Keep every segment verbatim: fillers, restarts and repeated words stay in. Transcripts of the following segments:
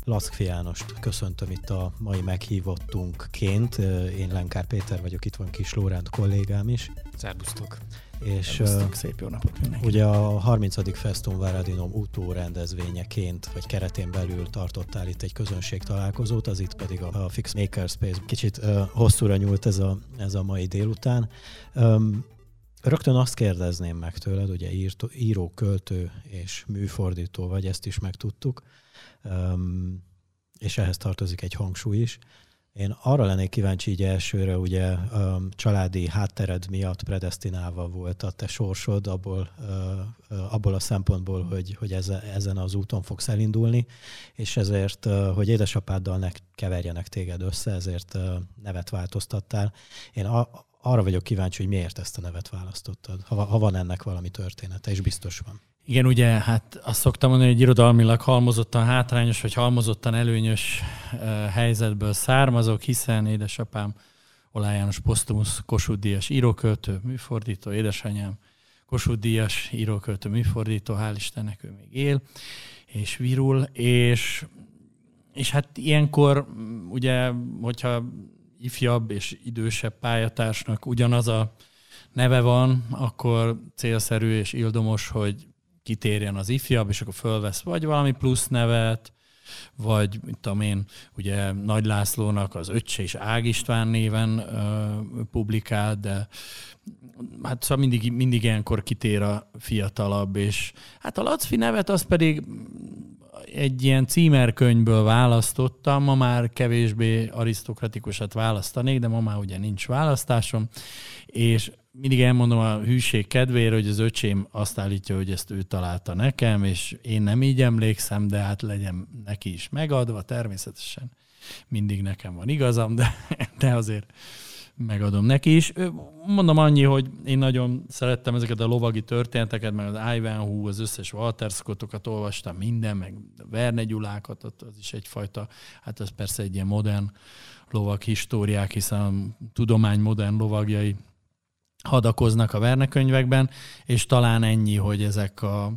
Lackfi Jánost köszöntöm itt a mai meghívottunkként. Én Lenkár Péter vagyok, itt van Kis Lóránt kollégám is. Szerbusztok! És Szerbusztok, szép jó napot mindenki! Ugye a harmincadik Festum Varadinom utórendezvényeként, vagy keretén belül tartottál itt egy közönségtalálkozót, az itt pedig a Fix Makerspace. Kicsit uh, hosszúra nyúlt ez a, ez a mai délután. Um, Rögtön azt kérdezném meg tőled, ugye írtó, író, költő és műfordító vagy, ezt is megtudtuk, um, és ehhez tartozik egy hangsúly is. Én arra lennék kíváncsi így elsőre, ugye um, családi háttered miatt predesztinálva volt a te sorsod, abból, uh, uh, abból a szempontból, hogy, hogy eze, ezen az úton fogsz elindulni, és ezért, uh, hogy édesapáddal ne keverjenek téged össze, ezért uh, nevet változtattál. Én a, arra vagyok kíváncsi, hogy miért ezt a nevet választottad, ha, ha van ennek valami története, és biztos van. Igen, ugye, hát azt szoktam mondani, hogy irodalmilag halmozottan hátrányos, vagy halmozottan előnyös uh, helyzetből származok, hiszen édesapám Olá János posztumusz Kossuth-díjas íróköltő, műfordító, édesanyám Kossuth-díjas íróköltő, műfordító, hál' Istennek ő még él, és virul, és, és hát ilyenkor ugye, hogyha ifjabb és idősebb pályatársnak ugyanaz a neve van, akkor célszerű és ildomos, hogy kitérjen az ifjabb, és akkor fölvesz vagy valami plusz nevet, vagy, mit tudom én, ugye Nagy Lászlónak az öccse is Ág István néven uh, publikált, de hát szóval mindig, mindig ilyenkor kitér a fiatalabb, és hát a Lackfi nevet az pedig egy ilyen címerkönyvből választottam, ma már kevésbé arisztokratikusat választanék, de ma már ugye nincs választásom, és mindig elmondom a hűség kedvére, hogy az öcsém azt állítja, hogy ezt ő találta nekem, és én nem így emlékszem, de hát legyen neki is megadva, természetesen mindig nekem van igazam, de, de azért megadom neki is. Mondom annyi, hogy én nagyon szerettem ezeket a lovagi történeteket, meg az Ivanhoe, az összes Walter Scottokat olvastam, minden, meg Verne Gyulákat, az is egyfajta, hát ez persze egy ilyen modern lovag históriák, hiszen a tudomány modern lovagjai hadakoznak a Verne könyvekben, és talán ennyi, hogy ezek a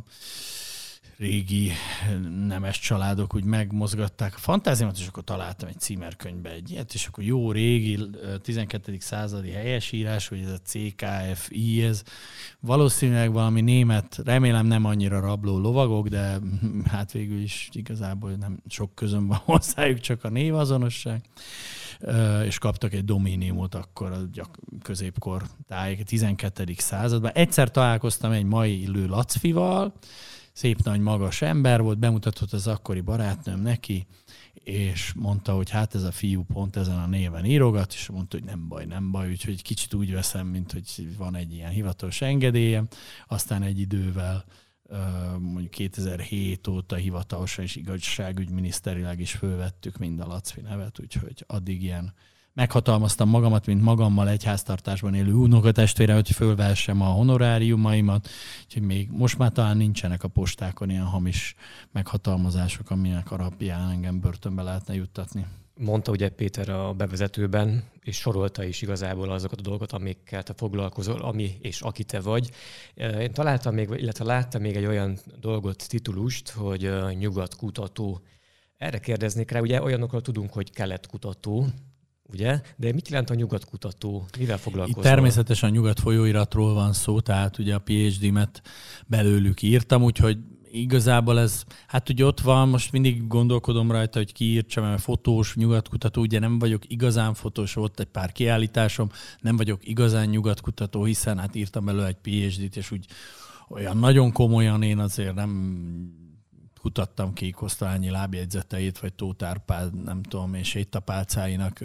régi nemes családok úgy megmozgatták a fantáziámat, és akkor találtam egy címerkönyvbe egy ilyet, és akkor jó régi tizenkettedik századi helyesírás, hogy ez a cé ká ef i, ez valószínűleg valami német, remélem nem annyira rabló lovagok, de hát végül is igazából nem sok közöm van hozzájuk, csak a névazonosság. És kaptak egy domíniumot akkor a középkor tájék, tizenkettedik században. Egyszer találkoztam egy mai illő Lackfival, szép nagy magas ember volt, bemutatott az akkori barátnőm neki, és mondta, hogy hát ez a fiú pont ezen a néven írogat, és mondta, hogy nem baj, nem baj, úgyhogy kicsit úgy veszem, mint hogy van egy ilyen hivatalos engedélyem. Aztán egy idővel, mondjuk kétezer-hét óta hivatalosan és igazságügyminiszterileg is fölvettük mind a Lackfi nevet, úgyhogy addig ilyen meghatalmaztam magamat, mint magammal egyháztartásban élő unokatestvére, hogy fölvessem a honoráriumaimat, úgyhogy még most már talán nincsenek a postákon ilyen hamis meghatalmazások, aminek alapján engem börtönbe lehetne juttatni. Mondta ugye Péter a bevezetőben, és sorolta is igazából azokat a dolgokat, amikkel te foglalkozol, ami és aki te vagy. Én találtam még, illetve láttam még egy olyan dolgot, titulust, hogy nyugatkutató. Erre kérdeznék rá, ugye olyanokról tudunk, hogy keletkutató, ugye? De mit jelent a nyugatkutató? Mivel foglalkozol? Itt természetesen a nyugat folyóiratról van szó, tehát ugye a PhD-met belőlük írtam, úgyhogy igazából ez, hát ugye ott van, most mindig gondolkodom rajta, hogy ki írtsam, mert fotós, nyugatkutató, ugye nem vagyok igazán fotós, volt egy pár kiállításom, nem vagyok igazán nyugatkutató, hiszen hát írtam belőle egy PhD-t, és úgy olyan nagyon komolyan én azért nem kutattam ki Kosztolányi lábjegyzeteit, vagy Tóth Árpád, nem tudom, és sétapálcáinak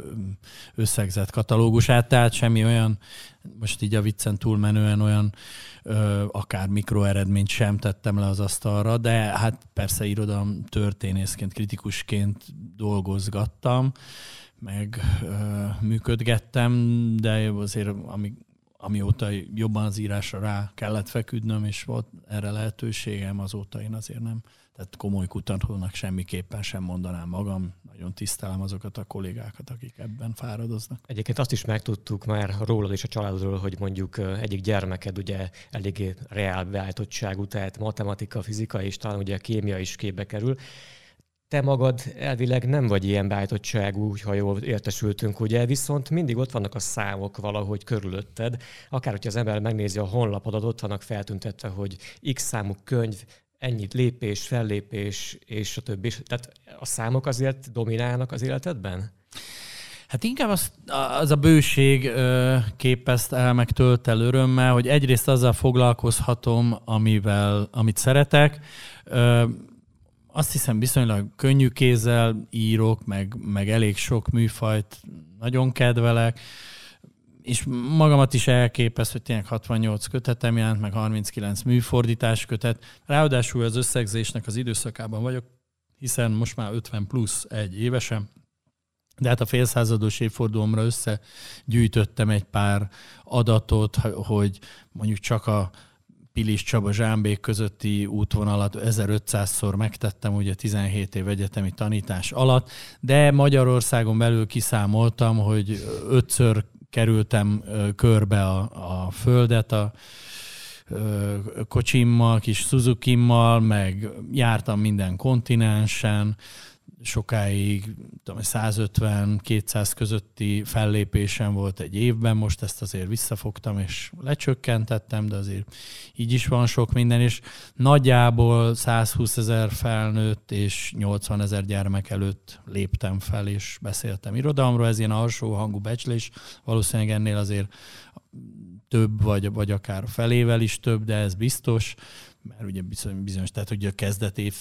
összegzett katalógusát, tehát semmi olyan, most így a viccen túlmenően olyan ö, akár mikroeredményt sem tettem le az asztalra, de hát persze irodalom történészként, kritikusként dolgozgattam, meg ö, működgettem, de azért ami, amióta jobban az írásra rá kellett feküdnöm, és volt erre lehetőségem, azóta én azért nem, tehát komoly kutatónak semmiképpen sem mondanám magam. Nagyon tisztelem azokat a kollégákat, akik ebben fáradoznak. Egyébként azt is megtudtuk már rólad és a családodról, hogy mondjuk egyik gyermeked ugye eléggé reál beállítottságú, tehát matematika, fizika és talán ugye a kémia is képbe kerül. te magad elvileg nem vagy ilyen beállítottságú, ha jól értesültünk, ugye, viszont mindig ott vannak a számok valahogy körülötted. Akár, hogyha az ember megnézi a honlapodat, ott vannak feltüntetve, hogy X számú könyv, ennyi lépés, fellépés, és a többi. Tehát a számok azért dominálnak az életedben? Hát inkább az, az a bőség képeszt el, meg tölt el örömmel, hogy egyrészt azzal foglalkozhatom, amivel, amit szeretek. Azt hiszem viszonylag könnyű kézzel írok, meg, meg elég sok műfajt nagyon kedvelek, és magamat is elképesz, hogy tényleg hatvannyolc kötetem jelent, meg harminckilenc műfordítás kötet. Ráadásul az összegzésnek az időszakában vagyok, hiszen most már ötven plusz egy évesen, de hát a félszázados évfordulómra összegyűjtöttem egy pár adatot, hogy mondjuk csak a Pilis Csaba Zsámbék közötti útvonalat ezerötszázszor megtettem, ugye tizenhét év egyetemi tanítás alatt, de Magyarországon belül kiszámoltam, hogy ötször kerültem körbe a, a földet a kocsimmal, kis Suzukimmal, meg jártam minden kontinensen, sokáig tudom, százötven-kétszáz közötti fellépésem volt egy évben, most ezt azért visszafogtam és lecsökkentettem, de azért így is van sok minden, és nagyjából százhúszezer felnőtt és nyolcvanezer gyermek előtt léptem fel és beszéltem irodalomról, ez ilyen alsó hangú becslés, valószínűleg ennél azért több, vagy, vagy akár felével is több, de ez biztos, mert ugye bizonyos, tehát ugye a kezdeti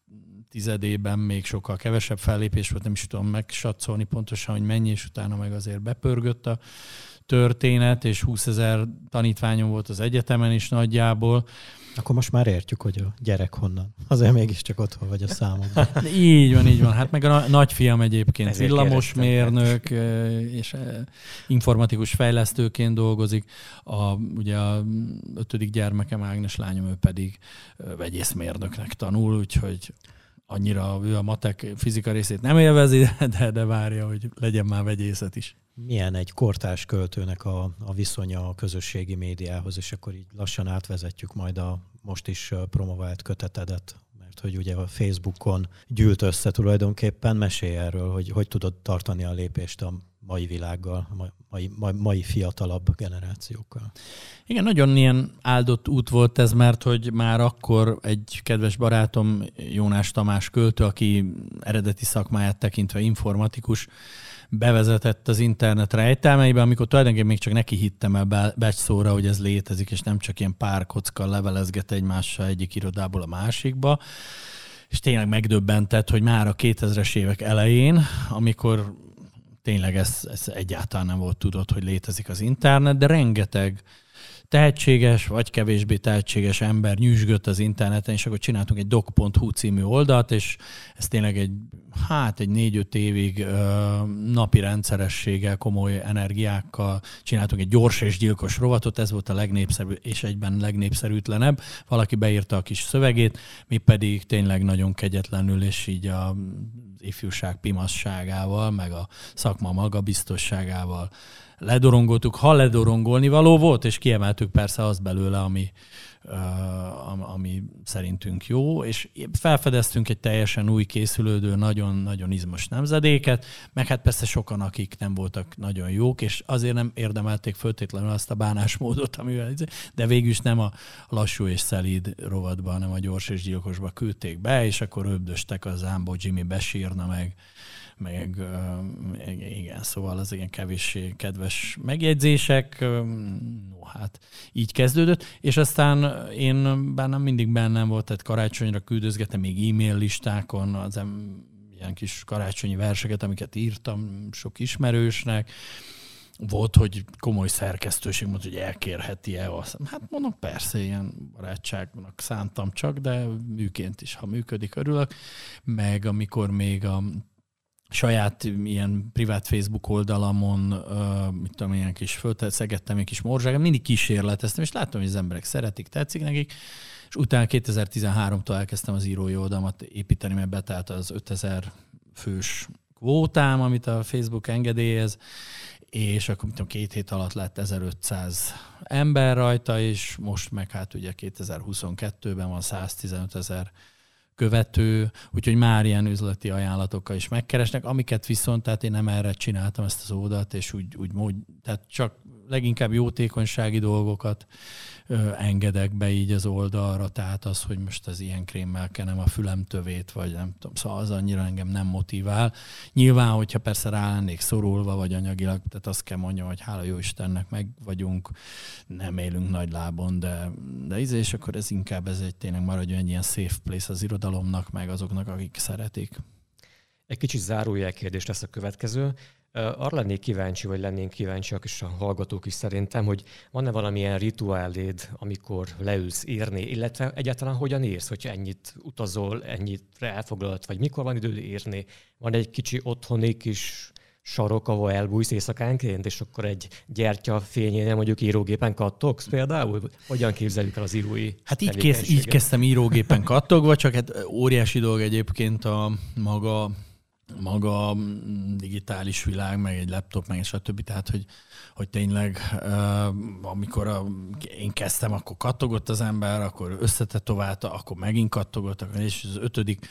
tizedében még sokkal kevesebb fellépés volt, nem is tudom megsatszolni pontosan, hogy mennyi, és utána meg azért bepörgött a történet, és húszezer tanítványom volt az egyetemen is nagyjából. Akkor most már értjük, hogy a gyerek honnan. Azért mégiscsak otthon vagy a számomban. Így van, így van. Hát meg a nagyfiam egyébként villamosmérnök és informatikus fejlesztőként dolgozik. A, ugye a ötödik gyermekem Ágnes lányom, ő pedig vegyészmérnöknek tanul, úgyhogy annyira ő a matek fizika részét nem élvezi, de, de várja, hogy legyen már vegyészet is. Milyen egy kortárs költőnek a, a viszonya a közösségi médiához, és akkor így lassan átvezetjük majd a most is promovált kötetedet, mert hogy ugye a Facebookon gyűlt össze tulajdonképpen. Mesélj erről, hogy hogy tudod tartani a lépést a mai világgal, a mai, mai, mai fiatalabb generációkkal. Igen, nagyon ilyen áldott út volt ez, mert hogy már akkor egy kedves barátom, Jónás Tamás költő, aki eredeti szakmáját tekintve informatikus, bevezetett az internet rejtelmeibe, amikor tulajdonképpen még csak neki hittem el becsszóra, hogy ez létezik, és nem csak ilyen pár kocka levelezget egymással egyik irodából a másikba. És tényleg megdöbbentett, hogy már a kétezres évek elején, amikor tényleg ez, ez egyáltalán nem volt tudott, hogy létezik az internet, de rengeteg tehetséges, vagy kevésbé tehetséges ember nyüzsgött az interneten, és akkor csináltunk egy doc pont hu című oldalt, és ez tényleg egy, hát egy négy-öt évig ö, napi rendszerességgel, komoly energiákkal csináltunk egy gyors és gyilkos rovatot, ez volt a legnépszerűbb és egyben legnépszerűtlenebb. Valaki beírta a kis szövegét, mi pedig tényleg nagyon kegyetlenül, és így a ifjúság pimasságával, meg a szakma magabiztosságával ledorongoltuk, ha ledorongolni való volt, és kiemeltük persze azt belőle, ami, uh, ami szerintünk jó, és felfedeztünk egy teljesen új készülődő, nagyon-nagyon izmos nemzedéket, meg hát persze sokan, akik nem voltak nagyon jók, és azért nem érdemelték föltétlenül azt a bánásmódot, amivel, de végül is nem a lassú és szelíd rovatba, hanem a gyors és gyilkosba küldték be, és akkor öbdöstek a Zámbó Jimmy besírna meg, meg igen, szóval az igen kevéssé kedves megjegyzések, no, hát így kezdődött, és aztán én bennem mindig bennem volt, tehát karácsonyra küldözgettem még e-mail listákon az em, ilyen kis karácsonyi verseket, amiket írtam sok ismerősnek. Volt, hogy komoly szerkesztőség mondta, hogy elkérheti-e azt. Hát mondom, persze, ilyen barátságnak szántam csak, de műként is, ha működik, örülök. Meg amikor még a saját ilyen privát Facebook oldalamon, uh, mit tudom, ilyen kis fölszegettem, egy kis morzságát, mindig kísérleteztem, és láttam, hogy az emberek szeretik, tetszik nekik, és utána kétezer-tizenháromtól elkezdtem az írói oldalamat építeni, mert betelt az ötezer fős kvótám, amit a Facebook engedélyez, és akkor mit tudom, két hét alatt lett ezerötszáz ember rajta, és most meg hát ugye kétezer-huszonkettőben van száztizenöt ezer követő, úgyhogy már ilyen üzleti ajánlatokkal is megkeresnek, amiket viszont, tehát én nem erre csináltam ezt az oldalt, és úgy, úgy, úgy tehát csak leginkább jótékonysági dolgokat ö, engedek be így az oldalra, tehát az, hogy most az ilyen krémmel kenem a fülem tövét, vagy nem tudom, szóval az annyira engem nem motivál. Nyilván, hogyha persze rá lennék szorulva, vagy anyagilag, tehát azt kell mondjam, hogy hála jó Istennek meg vagyunk, nem élünk nagy lábon, de, de íze, és akkor ez inkább ez egy tényleg maradjon egy ilyen safe place az irodalomnak, meg azoknak, akik szeretik. Egy kicsit zárójel kérdés lesz a következő. Arra lennék kíváncsi, vagy lennénk kíváncsiak, és a hallgatók is szerintem, hogy van-e valamilyen rituáléd, amikor leülsz írni, illetve egyáltalán hogyan írsz, hogyha ennyit utazol, ennyit elfoglalt, vagy mikor van időd írni? Van egy kicsi otthoni kis sarok, ahol elbújsz éjszakánként, és akkor egy gyertya fényénél mondjuk írógépen kattogsz például? Hogyan képzeljük el az írói Hát így, kész, így kezdtem írógépen kattogva, csak hát óriási dolog egyébként a maga maga digitális világ, meg egy laptop, meg és a többi, tehát, hogy, hogy tényleg amikor a, én kezdtem, akkor kattogott az ember, akkor összetetoválta, akkor megint kattogott, és az ötödik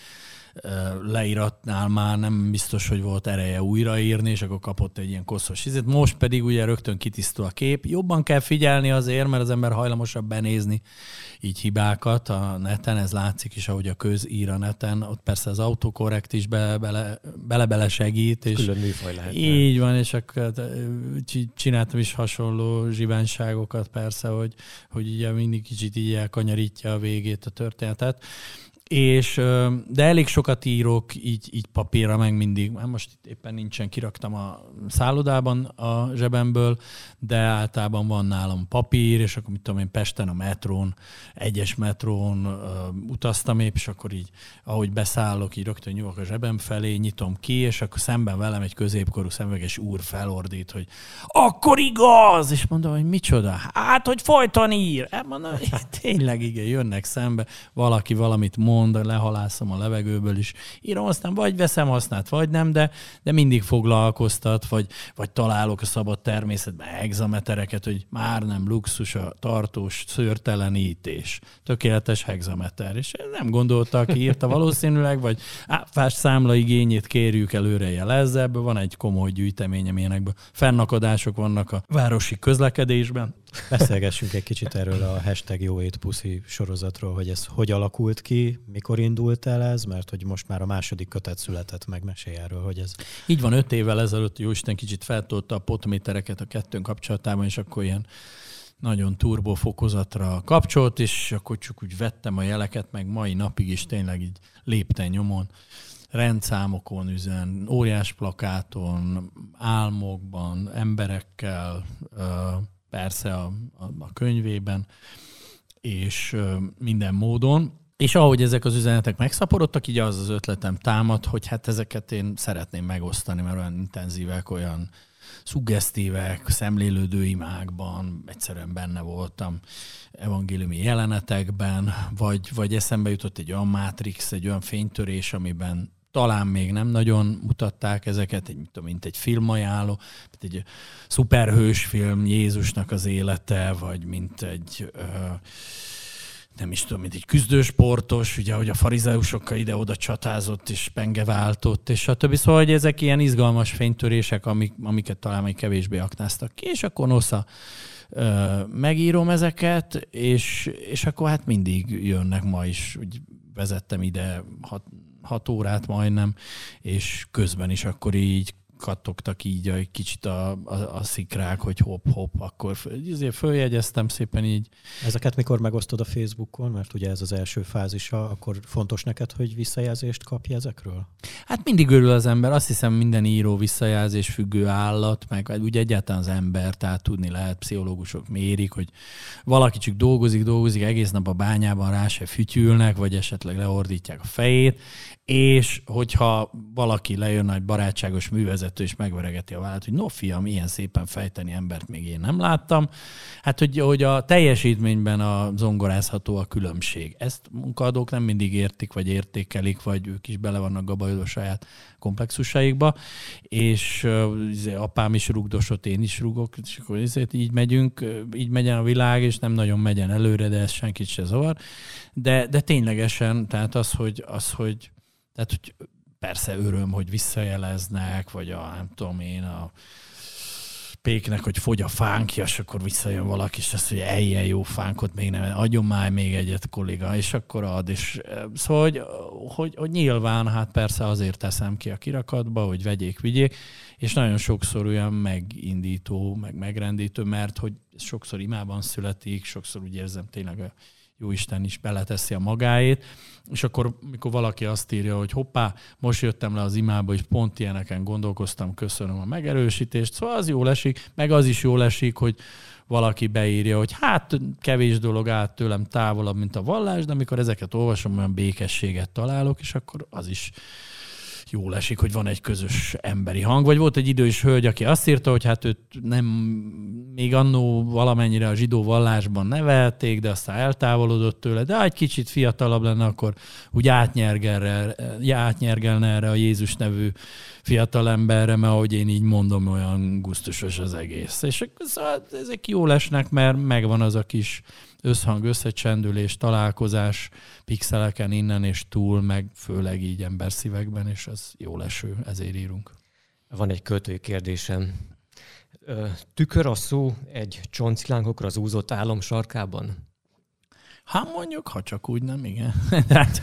leíratnál már nem biztos, hogy volt ereje újraírni, és akkor kapott egy ilyen koszos ízét. Most pedig ugye rögtön kitisztul a kép. Jobban kell figyelni azért, mert az ember hajlamosabb benézni így hibákat a neten, ez látszik is, ahogy a köz ír a neten, ott persze az autokorrekt is bele-bele segít. És külön műfaj lehet. Így van, és akkor csináltam is hasonló zsiványságokat persze, hogy, hogy ugye mindig kicsit így elkanyarítja a végét a történetet. És, de elég sokat írok így, így papírra, meg mindig. Most itt éppen nincsen, kiraktam a szállodában a zsebemből, de általában van nálam papír, és akkor mit tudom én, Pesten a metrón, egyes metrón uh, utaztam épp, és akkor így, ahogy beszállok, így rögtön nyúlok a zsebem felé, nyitom ki, és akkor szemben velem egy középkorú szemüveges úr felordít, hogy akkor igaz! És mondom, hogy micsoda? Hát, hogy folyton ír! Hát mondom, tényleg igen, jönnek szembe, valaki valamit mond, de lehalászom a levegőből is. Írom, aztán vagy veszem használt, vagy nem, de, de mindig foglalkoztat, vagy, vagy találok a szabad természetben hexametereket, hogy már nem luxus a tartós szőrtelenítés. Tökéletes hexameter. És nem gondolta, aki írta valószínűleg, vagy áfás számla igényét kérjük előre jelezze, ebből van egy komoly gyűjteményem ilyenekből. Fennakadások vannak a városi közlekedésben. Beszélgessünk egy kicsit erről a hashtag Jó Ét Puszi sorozatról, hogy ez hogy alakult ki, mikor indult el ez, mert hogy most már a második kötet született, meg mesélj erről, hogy ez... Így van, öt évvel ezelőtt Jóisten kicsit feltolta a potmétereket a kettőnk kapcsolatában, és akkor ilyen nagyon turbo fokozatra kapcsolt, és akkor csak úgy vettem a jeleket, meg mai napig is tényleg így lépten nyomon, rendszámokon üzen, óriás plakáton, álmokban, emberekkel, persze a, a, a könyvében, és minden módon. És ahogy ezek az üzenetek megszaporodtak, így az az ötletem támad, hogy hát ezeket én szeretném megosztani, mert olyan intenzívek, olyan szuggesztívek, szemlélődő imákban, egyszerűen benne voltam evangéliumi jelenetekben, vagy, vagy eszembe jutott egy olyan Matrix, egy olyan fénytörés, amiben talán még nem nagyon mutatták ezeket, egy, mit tudom, mint egy filmajánló, mint egy szuperhős film, Jézusnak az élete, vagy mint egy... Ö, nem is tudom, mint egy küzdősportos, ugye, hogy a farizeusokkal ide-oda csatázott és pengeváltott, és a többi. Szóval, hogy ezek ilyen izgalmas fénytörések, amik, amiket talán még kevésbé aknáztak ki, és akkor nosza ö, megírom ezeket, és, és akkor hát mindig jönnek, ma is, úgy vezettem ide hat, hat órát majdnem, és közben is akkor így kattogtak így egy kicsit a, a, a szikrák, hogy hopp-hopp, akkor azért följegyeztem szépen így. Ezeket mikor megosztod a Facebookon, mert ugye ez az első fázisa, akkor fontos neked, hogy visszajelzést kapj ezekről? Hát mindig örül az ember, azt hiszem minden író visszajelzés függő állat, meg ugye egyáltalán az ember, tehát tudni lehet, pszichológusok mérik, hogy valaki csak dolgozik, dolgozik, egész nap a bányában rá se fütyülnek, vagy esetleg leordítják a fejét, és hogyha valaki lejön egy barátságos művezető, és megveregeti a vállat, hogy no fiam, ilyen szépen fejteni embert még én nem láttam. Hát, hogy, hogy a teljesítményben a zongorázható a különbség. Ezt munkaadók nem mindig értik, vagy értékelik, vagy ők is bele vannak gabajodva saját komplexusaikba, és uh, apám is rugdosott, én is rugok, és akkor ezért így megyünk, így megyen a világ, és nem nagyon megyen előre, de ez senkit se zavar. De, de ténylegesen, tehát az, hogy, az, hogy, tehát, hogy persze öröm, hogy visszajeleznek, vagy a, nem tudom én, a Péknek, hogy fogy a fánkja, és akkor visszajön valaki, és azt mondja, hogy ilyen jó fánkot még nem, adjon már még egyet, kolléga, és akkor ad. És, szóval, hogy, hogy, hogy nyilván, hát persze azért teszem ki a kirakatba, hogy vegyék, vigyék, és nagyon sokszor olyan megindító, meg megrendítő, mert hogy sokszor imában születik, sokszor úgy érzem tényleg a Jóisten is beleteszi a magáét, és akkor, mikor valaki azt írja, hogy hoppá, most jöttem le az imába, és pont ilyeneken gondolkoztam, köszönöm a megerősítést, szóval az jól esik, meg az is jól esik, hogy valaki beírja, hogy hát kevés dolog állt tőlem távolabb, mint a vallás, de amikor ezeket olvasom, olyan békességet találok, és akkor az is jól esik, hogy van egy közös emberi hang. Vagy volt egy idős hölgy, aki azt írta, hogy hát őt nem, még annó valamennyire a zsidó vallásban nevelték, de aztán eltávolodott tőle, de egy kicsit fiatalabb lenne, akkor úgy átnyergelne erre a Jézus nevű fiatalemberre, mert ahogy én így mondom, olyan gusztusos az egész. És szóval ezek jól esnek, mert megvan az a kis összhang, összecsendülés, találkozás pixeleken innen és túl, meg főleg így emberszívekben, és az jól eső, ezért írunk. Van egy költői kérdésem. Tükör a szó egy csontszilánkokra az úzott álom sarkában? Hát mondjuk, ha csak úgy nem, igen. Tehát,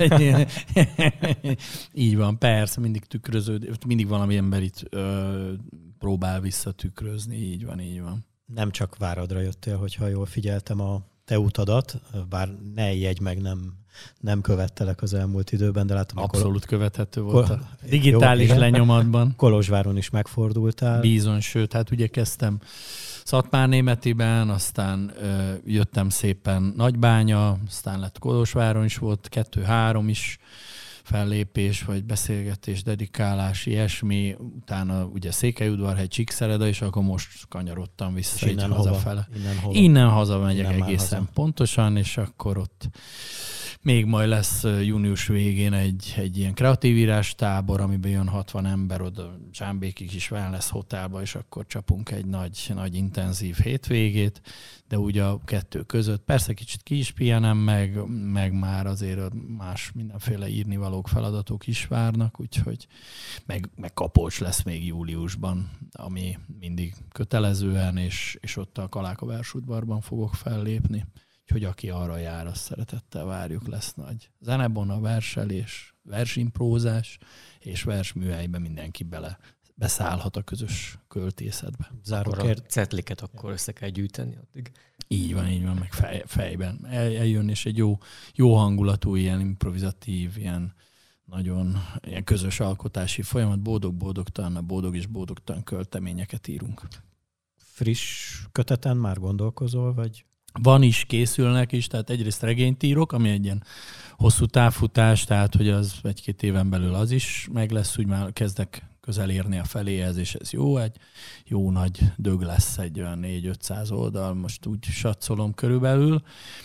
így van, persze, mindig tükröződik, mindig valami ember itt ö, próbál visszatükrözni, így van, így van. Nem csak Váradra jöttél, hogyha jól figyeltem a te utadat, bár ne jegy meg, nem, nem követtelek az elmúlt időben, de látom, abszolút Kol- követhető volt Kol- a digitális jó, lenyomatban. Kolozsváron is megfordultál. Bízon, sőt, hát ugye kezdtem Szatmárnémetiben, aztán ö, jöttem szépen Nagybánya, aztán lett Kolozsváron is volt, kettő-három is fellépés, vagy beszélgetés, dedikálás, ilyesmi, utána ugye Székelyudvarhegy, Csíkszereda, és akkor most kanyarodtam vissza így hazafele. Innen, hova? Innen haza megyek Innen egészen haza. pontosan, és akkor ott még majd lesz június végén egy, egy ilyen kreatív írástábor, amiben jön hatvan ember, oda Zsámbékig is wellness hotelba, és akkor csapunk egy nagy, nagy intenzív hétvégét, de úgy a kettő között. Persze kicsit ki is pihenem, meg, meg már azért más mindenféle írnivalók, feladatok is várnak, úgyhogy meg, meg Kapolcs lesz még júliusban, ami mindig kötelezően, és, és ott a Kaláka versudvarban fogok fellépni. Úgyhogy aki arra jár, azt szeretettel várjuk, lesz nagy zenebona, verselés, versimprózás, és versműhelyben mindenki bele beszállhat a közös költészetbe. Zárókér... A cetliket akkor össze kell gyűjteni addig. Így van, így van, meg fej, fejben El, eljön, és egy jó, jó hangulatú, ilyen improvizatív, ilyen nagyon ilyen közös alkotási folyamat, boldog-boldogtalan, boldog és boldogtalan költeményeket írunk. Friss köteten már gondolkozol, vagy... Van is, készülnek is, tehát egyrészt regényt írok, ami egy ilyen hosszú távfutás, tehát hogy az egy-két éven belül az is meg lesz, úgy már kezdek közel érni a feléhez, és ez jó, egy jó nagy dög lesz, egy olyan négy-ötszáz oldal, most úgy satszolom körülbelül,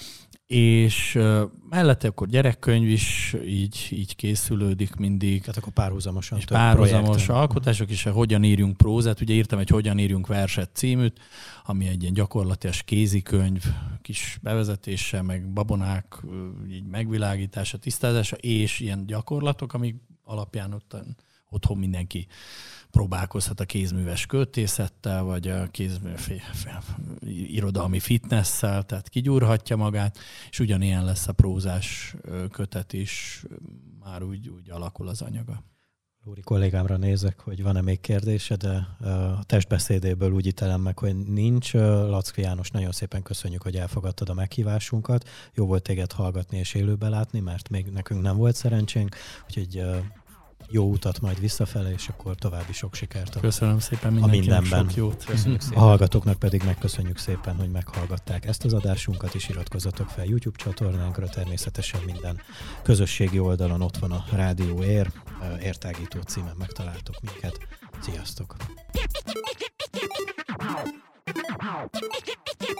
és uh, mellette akkor gyerekkönyv is így, így készülődik mindig. Tehát akkor párhuzamosan és több párhuzamos projekten. alkotások is, hogyan írjunk prózát. Ugye írtam egy Hogyan írjunk verset címűt, ami egy ilyen gyakorlatias kézikönyv, kis bevezetése, meg babonák így megvilágítása, tisztázása, és ilyen gyakorlatok, amik alapján ott, otthon mindenki próbálkozhat a kézműves költészettel, vagy a kézműves irodalmi fitnesszel, tehát kigyúrhatja magát, és ugyanilyen lesz a prózás kötet is, már úgy, úgy alakul az anyaga. Lóri kollégámra nézek, hogy van-e még kérdése, de a testbeszédéből úgy ítélem meg, hogy nincs. Lackfi János, nagyon szépen köszönjük, hogy elfogadtad a meghívásunkat. Jó volt téged hallgatni és élőbe látni, mert még nekünk nem volt szerencsénk, úgyhogy jó utat majd visszafele, és akkor további sok sikert a, Köszönöm szépen a mindenben. Sok jót. Köszönjük szépen. A hallgatóknak pedig megköszönjük szépen, hogy meghallgatták ezt az adásunkat, és iratkozzatok fel YouTube csatornánkra, természetesen minden közösségi oldalon ott van a Rádió Ér, értágító címen megtaláltok minket. Sziasztok!